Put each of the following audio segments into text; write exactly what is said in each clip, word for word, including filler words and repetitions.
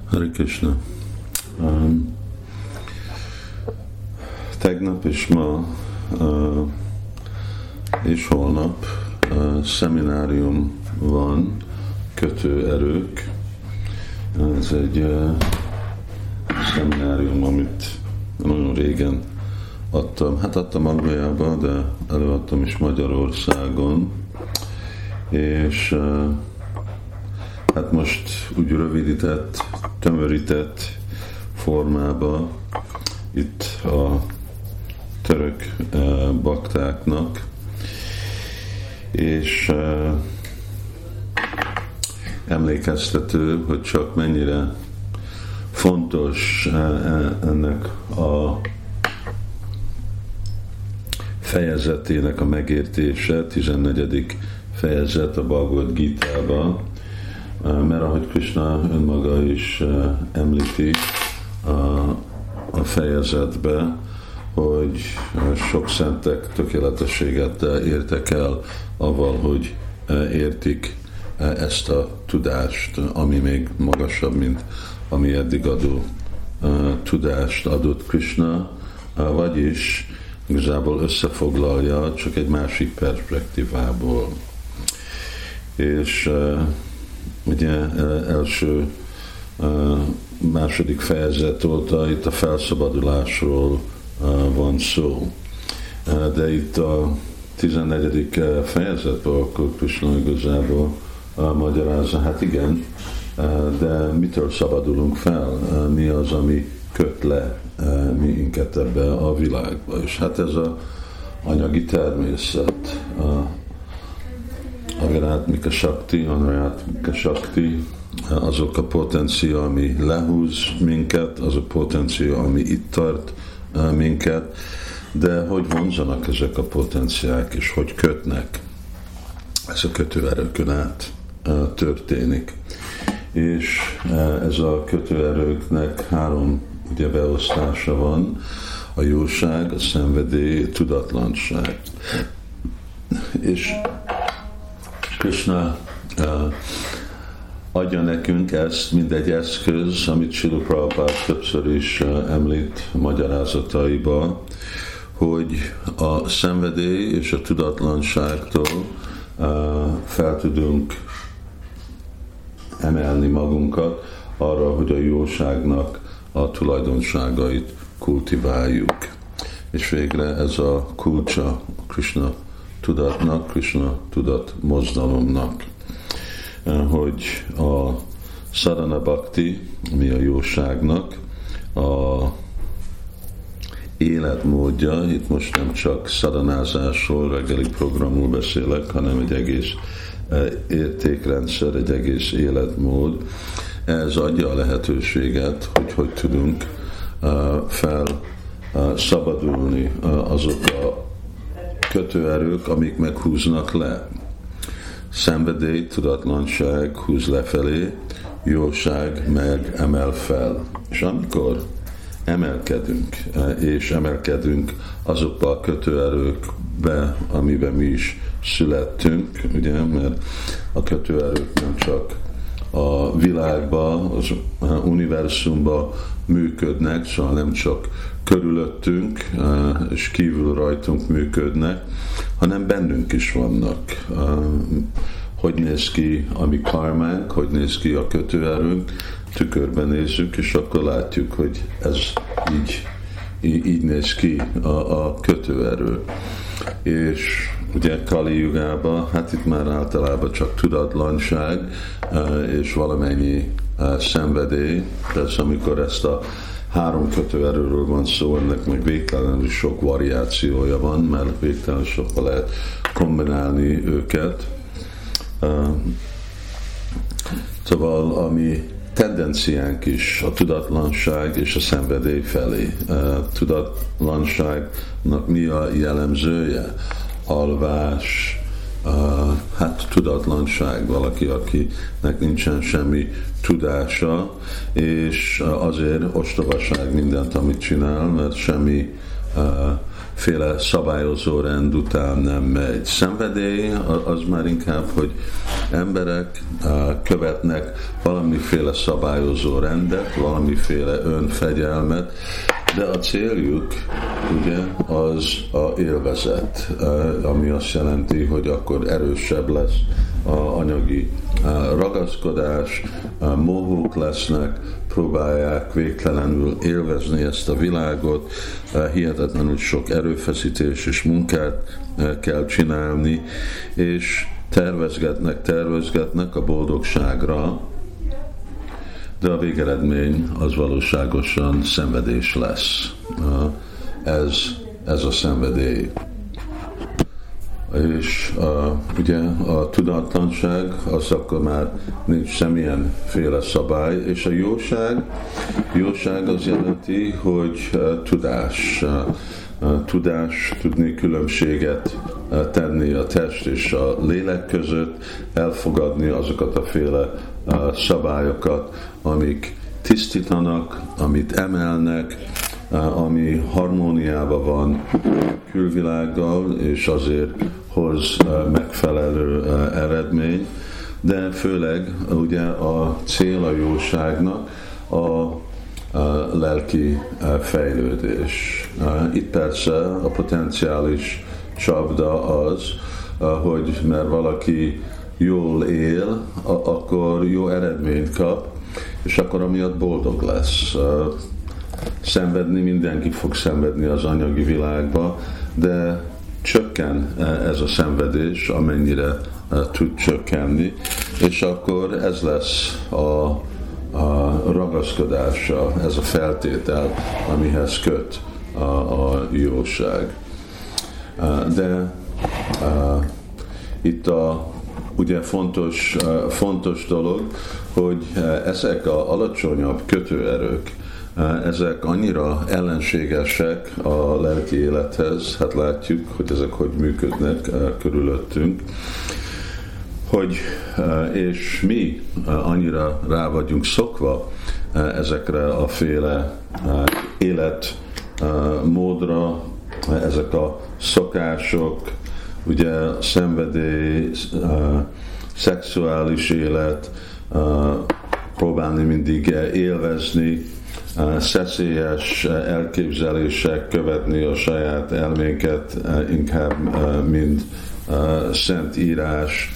Hare Krishna. Um, tegnap és ma uh, és holnap uh, szeminárium van, kötőerők. Ez egy uh, szeminárium, amit nagyon régen adtam. Hát adtam Angliába, de előadtam is Magyarországon. És uh, hát most úgy rövidített, tömörített formába itt a török uh, baktáknak, és uh, emlékeztető, hogy csak mennyire fontos uh, ennek a fejezetének a megértése, tizennegyedik fejezet a Bhagavad Gita-ban, mert ahogy Krishna önmaga is említi a, a fejezetbe, hogy sok szentek tökéletességet értek el avval, hogy értik ezt a tudást, ami még magasabb, mint ami eddig adó tudást adott Krishna, vagyis igazából összefoglalja csak egy másik perspektívából. És ugye első, második fejezet óta itt a felszabadulásról van szó. De itt a tizennegyedik fejezetben akkor Krishna igazából magyarázza, hát igen, de mitől szabadulunk fel? Mi az, ami köt le minket ebbe a világba? És hát ez az anyagi természet, Agarátmika Shakti, Anarátmika Shakti, azok a potencia, ami lehúz minket, az a potencia, ami itt tart minket, de hogy vonzanak ezek a potenciák, és hogy kötnek, ez a kötőerőkön át történik. És ez a kötőerőknek három ugye beosztása van, a jóság, a szenvedély, a tudatlanság. És Krishna uh, adja nekünk ezt, mint egy eszköz, amit Srila Prabhupád többször is uh, említ magyarázataiba, hogy a szenvedély és a tudatlanságtól uh, fel tudunk emelni magunkat arra, hogy a jóságnak a tulajdonságait kultiváljuk. És végre ez a kulcsa Krishna tudatnak, Krishna tudat mozdalomnak, hogy a sadhana bhakti, mi a jóságnak, a életmódja, itt most nem csak sadhanázásról, reggeli programról beszélek, hanem egy egész értékrendszer, egy egész életmód. Ez adja a lehetőséget, hogy hogy tudunk fel szabadulni azok a kötőerők, amik meghúznak le. Szenvedély, tudatlanság húz lefelé, jóság meg emel fel. És amikor emelkedünk, és emelkedünk azokba a kötőerőkbe, amiben mi is születtünk, ugye, mert a kötőerők nem csak a világban, az univerzumban működnek, szóval nem csak körülöttünk és kívül rajtunk működnek, hanem bennünk is vannak. Hogy néz ki a mi karmánk, hogy néz ki a kötőerőnk, tükörben nézzük, és akkor látjuk, hogy ez így, így, így néz ki a, a kötőerő. És ugye Kali Jugában, hát itt már általában csak tudatlanság és valamennyi szenvedély, ez amikor ezt a három kötőerőről van szó, ennek meg végtelenül sok variációja van, mert végtelenül sokkal lehet kombinálni őket. Szóval a mi tendenciánk is a tudatlanság és a szenvedély felé. A tudatlanságnak mi a jellemzője? Alvás, hát tudatlanság, valaki, akinek nincsen semmi tudása, és azért ostobaság mindent, amit csinál, mert semmi féle szabályozó rend után nem megy. Szenvedély az már inkább, hogy emberek követnek valamiféle szabályozó rendet, valamiféle önfegyelmet, de a céljuk ugye az a élvezet, ami azt jelenti, hogy akkor erősebb lesz a anyagi ragaszkodás, mohók lesznek, próbálják végtelenül élvezni ezt a világot, hihetetlenül sok erőfeszítés és munkát kell csinálni, és tervezgetnek, tervezgetnek a boldogságra, de a végeredmény az valóságosan szenvedés lesz. Ez, ez a szenvedély. És uh, ugye a tudatlanság, az akkor már nincs semmilyen féle szabály, és a jóság, jóság az jelenti, hogy uh, tudás, uh, uh, tudás, tudni különbséget uh, tenni a test és a lélek között, elfogadni azokat a féle uh, szabályokat, amik tisztítanak, amit emelnek, ami harmóniában van külvilággal, és azért hoz megfelelő eredmény, de főleg ugye a cél a jóságnak a lelki fejlődés. Itt persze a potenciális csapda az, hogy mert valaki jól él, akkor jó eredményt kap, és akkor amiatt boldog lesz. Szenvedni, mindenki fog szenvedni az anyagi világba, de csökken ez a szenvedés, amennyire tud csökkenni, és akkor ez lesz a, a ragaszkodása, ez a feltétel, amihez köt a, a jóság. De uh, itt a ugye fontos, uh, fontos dolog, hogy ezek az alacsonyabb kötőerők, ezek annyira ellenségesek a lelki élethez, hát látjuk, hogy ezek hogy működnek körülöttünk, hogy, és mi annyira rá vagyunk szokva ezekre a féle életmódra, ezek a szokások, ugye szenvedély, szexuális élet, próbálni mindig élvezni, szeszélyes elképzelések, követni a saját elménket inkább, mint szent írás,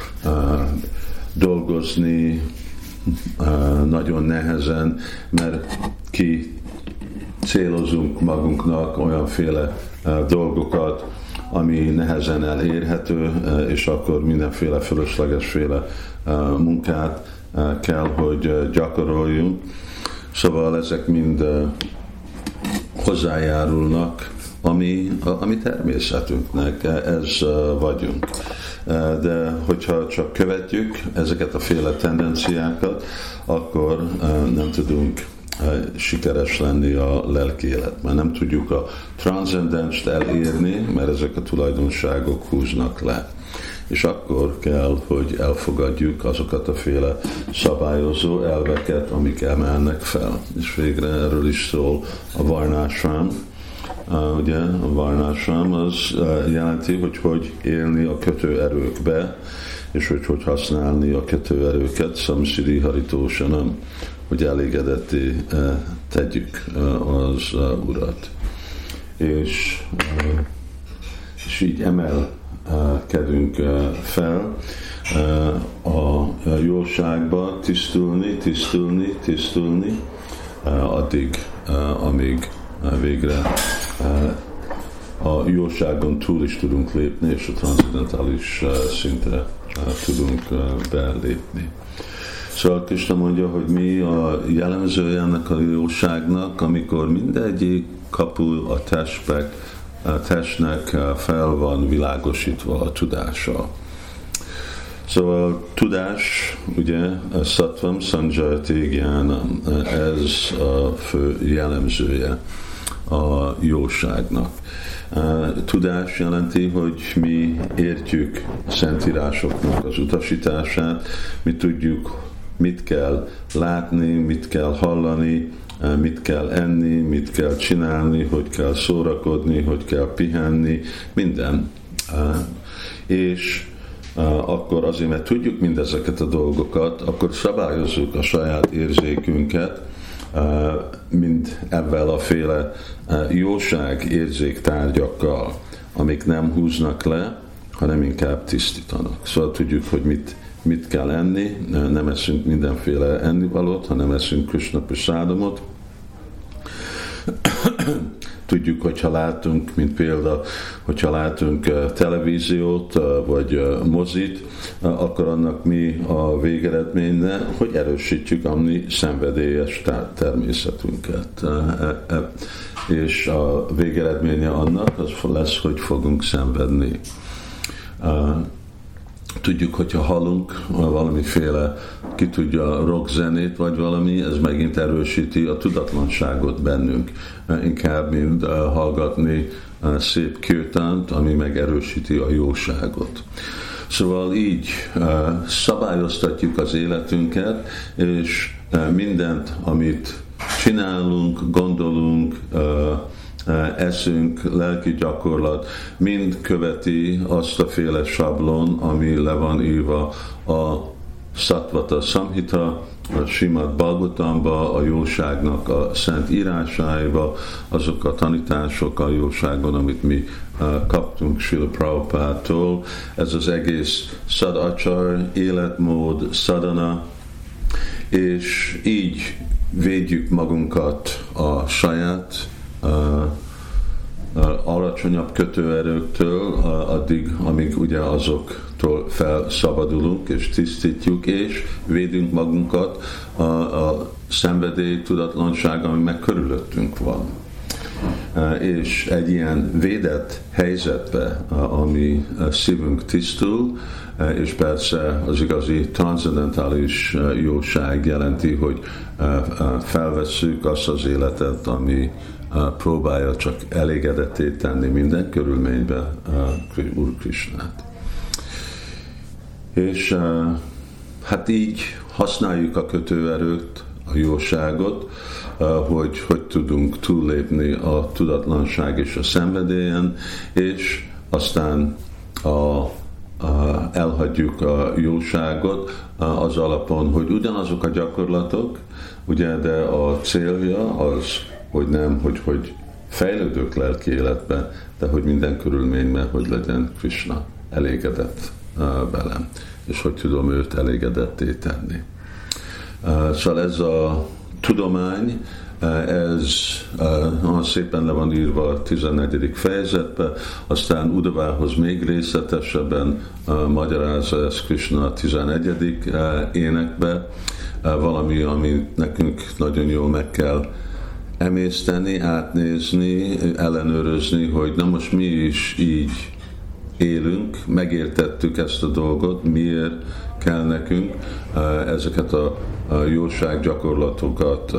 dolgozni nagyon nehezen, mert ki célozunk magunknak olyanféle dolgokat, ami nehezen elérhető, és akkor mindenféle fölöslegesféle munkát kell, hogy gyakoroljunk. Szóval ezek mind hozzájárulnak, ami, ami természetünknek, ez vagyunk. De hogyha csak követjük ezeket a féle tendenciákat, akkor nem tudunk sikeres lenni a lelki életben. Nem tudjuk a transzcendenst elérni, mert ezek a tulajdonságok húznak le. És akkor kell, hogy elfogadjuk azokat a féle szabályozó elveket, amik emelnek fel. És végre erről is szól a varnásrám. Uh, ugye a varnásrám az uh, jelenti, hogy hogy élni a kötőerőkbe, és hogy hogy használni a kötőerőket, samsiddhi haritósanam, hogy elégedetté uh, tegyük uh, az uh, Urat. És, uh, és így emelkedünk uh, fel uh, a jóságba, tisztulni, tisztulni, tisztulni, uh, addig, uh, amíg uh, végre a jóságon túl is tudunk lépni, és a transzendentális szintre tudunk belépni. Szóval Krishna mondja, hogy mi a jellemzője ennek a jóságnak, amikor mindegyik kapu a testnek, a testnek fel van világosítva a tudása. Szóval tudás, ugye, sattvam sanjayati jnanam, ez a fő jellemzője a jóságnak. Tudás jelenti, hogy mi értjük a szentírásoknak az utasítását, mi tudjuk, mit kell látni, mit kell hallani, mit kell enni, mit kell csinálni, hogy kell szórakodni, hogy kell pihenni, minden. És akkor azért, mert tudjuk mindezeket a dolgokat, akkor szabályozzuk a saját érzékünket, mind ebben a féle jóság érzéktárgyakkal, amik nem húznak le, hanem inkább tisztítanak. Szóval tudjuk, hogy mit, mit kell enni, nem eszünk mindenféle ennivalót, hanem eszünk Krishna prasadamot. Tudjuk, hogyha látunk, mint példa, hogyha látunk televíziót, vagy mozit, akkor annak mi a végeredménye, hogy erősítjük a mi szenvedélyes természetünket. És a végeredménye annak az lesz, hogy fogunk szenvedni. Tudjuk, hogyha hallunk valamiféle, ki tudja, rockzenét, vagy valami, ez megint erősíti a tudatlanságot bennünk. Inkább, mint hallgatni szép kirtánt, ami megerősíti a jóságot. Szóval így szabályoztatjuk az életünket, és mindent, amit csinálunk, gondolunk, eszünk, lelki gyakorlat, mind követi azt a féle sablon, ami le van írva a Sattvata Samhita, a Srimad Bhagavatamba, a jóságnak a szent írásáiba, azok a tanítások a jóságon, amit mi kaptunk Srila Prabhupádtól. Ez az egész szadachar, életmód, sadhana, és így védjük magunkat a saját Uh, uh, alacsonyabb kötőerőktől, uh, addig, amíg ugye azoktól felszabadulunk és tisztítjuk, és védünk magunkat a, a szenvedély, tudatlanság, ami meg körülöttünk van. Uh, és egy ilyen védett helyzetbe, uh, ami uh, szívünk tisztul, uh, és persze az igazi transzendentális uh, jóság jelenti, hogy uh, uh, felvesszük azt az életet, ami próbálja csak elégedetté tenni minden körülményben Úr Krisnát. És hát így használjuk a kötőerőt, a jóságot, hogy hogy tudunk túllépni a tudatlanság és a szenvedélyen, és aztán a, a, elhagyjuk a jóságot az alapon, hogy ugyanazok a gyakorlatok, ugye, de a célja az, hogy nem, hogy, hogy fejlődök lelki életbe, de hogy minden körülményben, hogy legyen Krishna elégedett uh, velem, és hogy tudom őt elégedetté tenni. Uh, szóval ez a tudomány, uh, ez uh, szépen le van írva a tizennegyedik fejezetben, aztán Udavához még részletesebben uh, magyarázza ezt Krishna a tizennegyedik uh, énekbe, uh, valami, ami nekünk nagyon jól meg kell emészteni, átnézni, ellenőrizni, hogy na most mi is így élünk, megértettük ezt a dolgot, miért kell nekünk ezeket a jósággyakorlatokat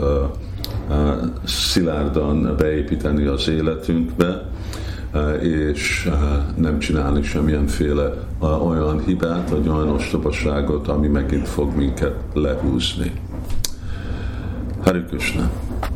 szilárdan beépíteni az életünkbe, és nem csinálni semmilyenféle olyan hibát, vagy olyan ostobaságot, ami megint fog minket lehúzni. Hare Krishna!